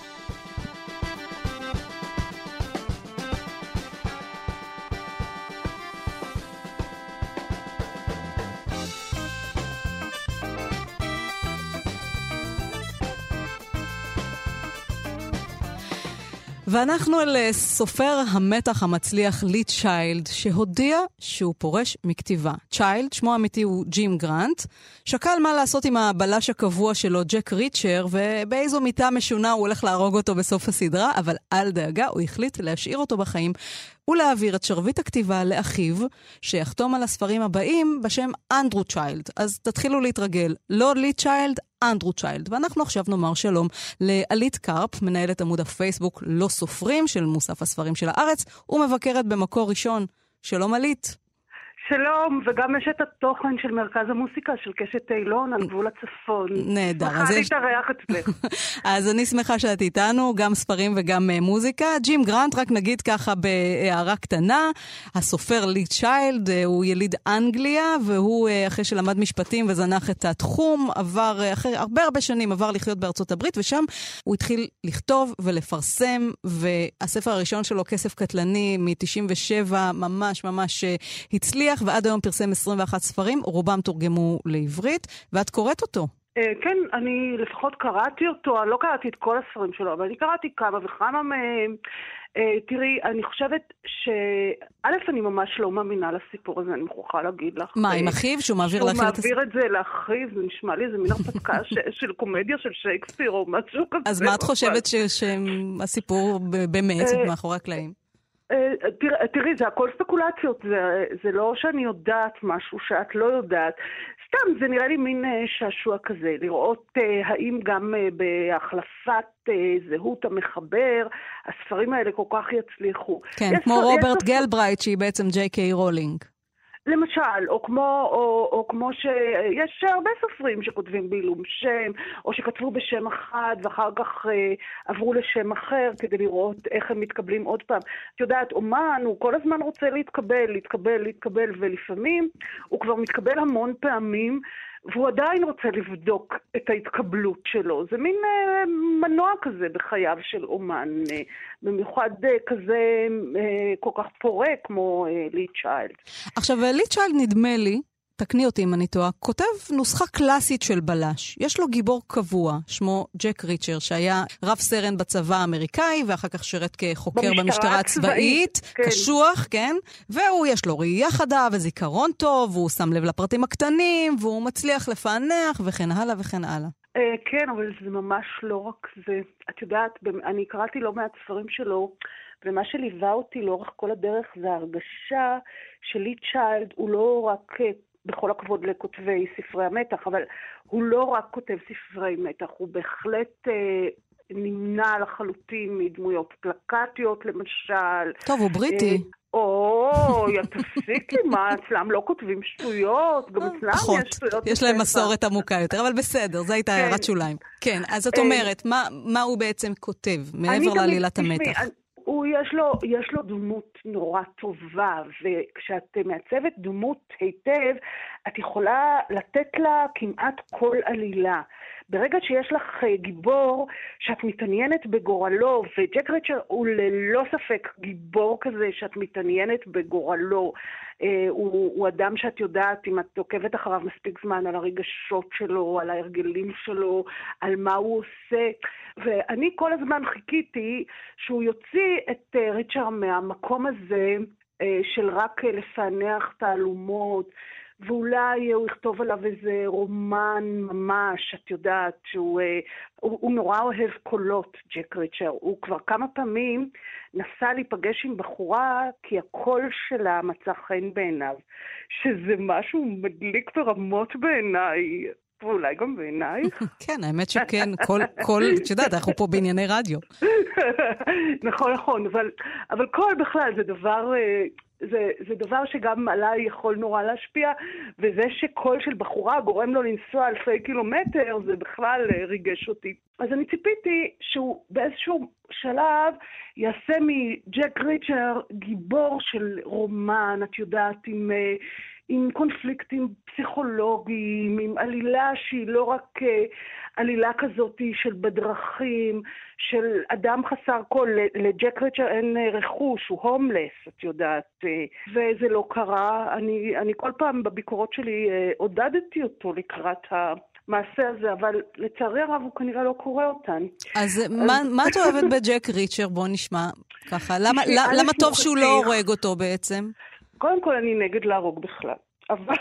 ואנחנו אל סופר המתח המצליח לי צ'יילד, שהודיע שהוא פורש מכתיבה. צ'יילד, שמו האמיתי הוא ג'ים גרנט, שקל מה לעשות עם הבלש הקבוע שלו, ג'ק ריצ'ר, ובאיזו מיטה משונה הוא הולך להרוג אותו בסוף הסדרה, אבל על דאגה הוא החליט להשאיר אותו בחיים, ולהעביר את שרביט הכתיבה לאחיו, שיחתום על הספרים הבאים בשם אנדרו צ'יילד. אז תתחילו להתרגל, לא לי צ'יילד, אנדרו צ'יילד. ואנחנו עכשיו נאמר שלום לאלית קרפ, מנהלת עמוד הפייסבוק לא סופרים של מוסף הספרים של הארץ, ומבקרת במקור ראשון. שלום אלית. שלום, וגם יש את התוכן של מרכז המוסיקה של קשת אילון על גבול הצפון. נהדר. שמחה להתארח אצלך. אז אני שמחה שאת איתנו, גם ספרים וגם מוזיקה. ג'ים גרנט, רק נגיד ככה בהערה קטנה, הסופר לי צ'יילד, הוא יליד אנגליה, והוא אחרי שלמד משפטים וזנח את התחום, אחרי הרבה שנים עבר לחיות בארצות הברית, ושם הוא התחיל לכתוב ולפרסם, והספר הראשון שלו, כסף קטלני, מ-97, ממש הצליח, ועד היום פרסם 21 ספרים, רובם תורגמו לעברית, ואת קוראת אותו. כן, אני לפחות קראתי אותו, לא קראתי את כל הספרים שלו, אבל אני קראתי כמה וכמה מהם. תראי, אני חושבת שא' אני ממש לא מאמינה לסיפור הזה, אני מוכרחה להגיד לך. מה, עם אחיו? שהוא מעביר לאחיו את הסיפור? הוא מעביר את זה לאחיו, זה נשמע לי, זה מין הרפתקה של קומדיה של שייקספיר או משהו כזה. אז מה את חושבת שהסיפור באמת מאחורי הקלעים? תראי, זה הכל ספקולציות, זה לא שאני יודעת משהו שאת לא יודעת. סתם, זה נראה לי מין שעשוע כזה, לראות האם גם בהחלפת זהות המחבר, הספרים האלה כל כך יצליחו. כן, כמו רוברט גלברייט, שהיא בעצם ג'יי קיי רולינג. למשל, או כמו שיש הרבה סופרים שכותבים בעילום שם, או שכתבו בשם אחד ואחר כך עברו לשם אחר כדי לראות איך הם מתקבלים עוד פעם. את יודעת, אומן הוא כל הזמן רוצה להתקבל, ולפעמים הוא כבר מתקבל המון פעמים, והוא עדיין רוצה לבדוק את ההתקבלות שלו. זה מין מנוע כזה בחייו של אומן, במיוחד כזה כל כך פורה כמו לי צ'יילד. עכשיו, לי צ'יילד נדמה לי, תקני אותי אם אני טועה, כותב נוסחה קלאסית של בלש. יש לו גיבור קבוע, שמו ג'ק ריצ'ר, שהיה רב סרן בצבא האמריקאי, ואחר כך שירת כחוקר במשטרה הצבאית, כן. קשוח, כן? והוא יש לו ראייה חדה וזיכרון טוב, והוא שם לב לפרטים הקטנים, והוא מצליח לפענח, וכן הלאה וכן הלאה. כן, אבל זה ממש לא רק זה. את יודעת, אני קראתי לא מעט ספרים שלו, ומה שליווה אותי לאורך כל הדרך זה ההרגשה שלי צ'יילד הוא לא רק בכל הכבוד לכותבי ספרי המתח, אבל הוא לא רק כותב ספרי מתח, הוא בהחלט נמנע לחלוטין מדמויות פלקטיות למשל. טוב, הוא בריטי. תפסיק לי, מה, אצלם לא כותבים שטויות, גם אצלם יש שטויות. יש להם מסורת עמוקה יותר, אבל בסדר, זו הייתה הערת שוליים. כן, אז את אומרת, מה הוא בעצם כותב, מעבר לעלילת המתח? יש לו דמות נורא טובה, וכשאת מעצבת דמות היטב, את יכולה לתת לה כמעט כל עלילה. ברגע שיש לך גיבור שאת מתעניינת בגורלו, וג'ק ריצ'ר הוא ללא ספק גיבור כזה שאת מתעניינת בגורלו, הוא אדם שאת יודעת, אם את עוקבת אחריו מספיק זמן, על הרגשות שלו, על ההרגלים שלו, על מה הוא עושה. ואני כל הזמן חיכיתי שהוא יוציא את ריצ'ר מהמקום הזה של רק לפענח תעלומות, ואולי הוא יכתוב עליו איזה רומן ממש, את יודעת, שהוא נורא אוהב קולות, ג'ק ריצ'ר. הוא כבר כמה פעמים נסע להיפגש עם בחורה, כי הקול שלה מצא חן בעיניו, שזה משהו מדליק ברמות בעיניי, ואולי גם בעיניי. כן, האמת שכן, קול, שדעת, אנחנו פה בענייני רדיו. נכון, אבל קול בכלל זה דבר... זה דבר שגם עליי יכול נורא להשפיע, וזה שקול של בחורה גורם לו לנסוע אלפי קילומטר, זה בכלל ריגש אותי. אז אני ציפיתי שהוא באיזשהו שלב יעשה מג'ק ריצ'ר גיבור של רומן, את יודעת, עם קונפליקטים פסיכולוגיים, עם עלילה שהיא לא רק עלילה כזאת של בדרכים, של אדם חסר קול. לג'ק ריצ'ר אין רכוש, הוא הומלס, את יודעת, וזה לא קרה. אני כל פעם בביקורות שלי עודדתי אותו לקראת המעשה הזה, אבל לצערי הרב הוא כנראה לא קורא אותן. אז מה את אוהבת בג'ק ריצ'ר? בוא נשמע ככה. למה טוב שהוא לא הורג אותו בעצם? קודם כל אני נגד להרוג בכלל. אבל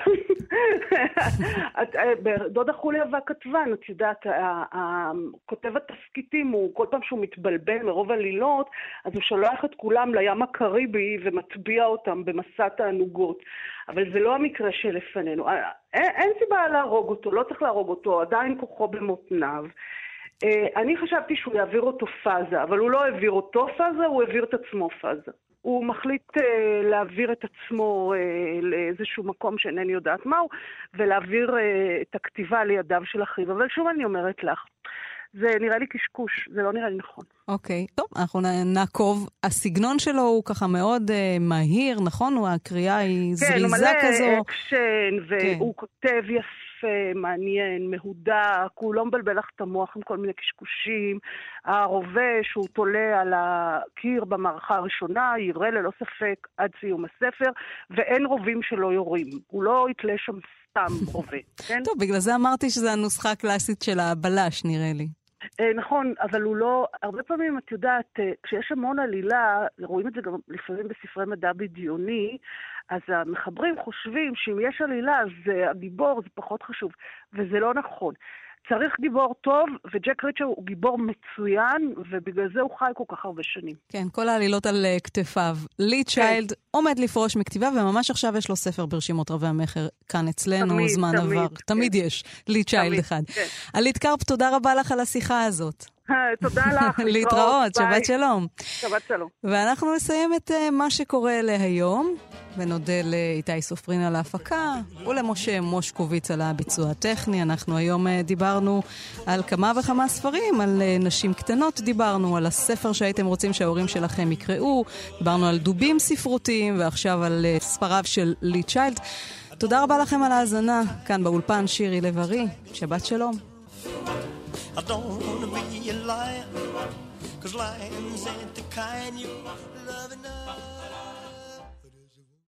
דודה חוליה והכתבן, את יודעת, כותב התסקיטים, הוא כל פעם שהוא מתבלבל מרוב עלילות, אז הוא שולח את כולם לים הקריבי ומטביע אותם במסע תענוגות. אבל זה לא המקרה שלפנינו. אין סיבה להרוג אותו, לא צריך להרוג אותו, עדיין כוחו במותניו. אני חשבתי שהוא יעביר אותו פאזה, אבל הוא לא העביר אותו פאזה, הוא העביר את עצמו פאזה. הוא מחליט להעביר את עצמו לאיזשהו מקום שאינני יודעת מהו, ולהעביר את הכתיבה לידיו של אחיו. אבל שוב אני אומרת לך, זה נראה לי קשקוש, זה לא נראה לי נכון. אוקיי, טוב, אנחנו נעקוב. הסגנון שלו הוא ככה מאוד מהיר, נכון? הקריאה היא זריזה כזו. כן, הוא מלא אקשן, והוא כותב יפה. יפה, מעניין, מהודק, הוא לא מבלבל לך את המוח עם כל מיני קשקושים. הרובה שהוא תולה על הקיר במערכה הראשונה, יראה ללא ספק עד סיום הספר, ואין רובים שלא יורים. הוא לא יתלה שם סתם רובה, כן? טוב, בגלל זה אמרתי שזה הנוסחה הקלאסית של הבלש, נראה לי. נכון, אבל הוא לא, הרבה פעמים את יודעת, כשיש המון עלילה, רואים את זה גם לפעמים בספרי מדע בדיוני, אז המחברים חושבים שאם יש עלילה, אז הגיבור זה פחות חשוב, וזה לא נכון. צריך גיבור טוב, וג'ק ריצ'ר הוא גיבור מצוין, ובגלל זה הוא חי כל כך הרבה שנים. כן, כל העלילות על כתפיו. לי צ'יילד עומד לפרוש מכתיבה, וממש עכשיו יש לו ספר ברשימות רבי המחר כאן אצלנו, זמן עבר. תמיד יש לי צ'יילד אחד. עלית קרפ, תודה רבה לך על השיחה הזאת. תודה לך. להתראות, שבת שלום. שבת שלום. ואנחנו נסיים את מה שקורה להיום, ונודה לאיתי סופרין על ההפקה, ולמשה מושקוביץ על הביצוע הטכני. אנחנו היום דיברנו על כמה וכמה ספרים, על נשים קטנות דיברנו, על הספר שהייתם רוצים שההורים שלכם יקראו, דיברנו על דובים ספרותיים, ועכשיו על ספריו של לי צ'יילד. תודה רבה לכם על ההאזנה, כאן באולפן שירי לב-ארי, שבת שלום. I don't want to be a liar, 'cause lions ain't the kind you love enough.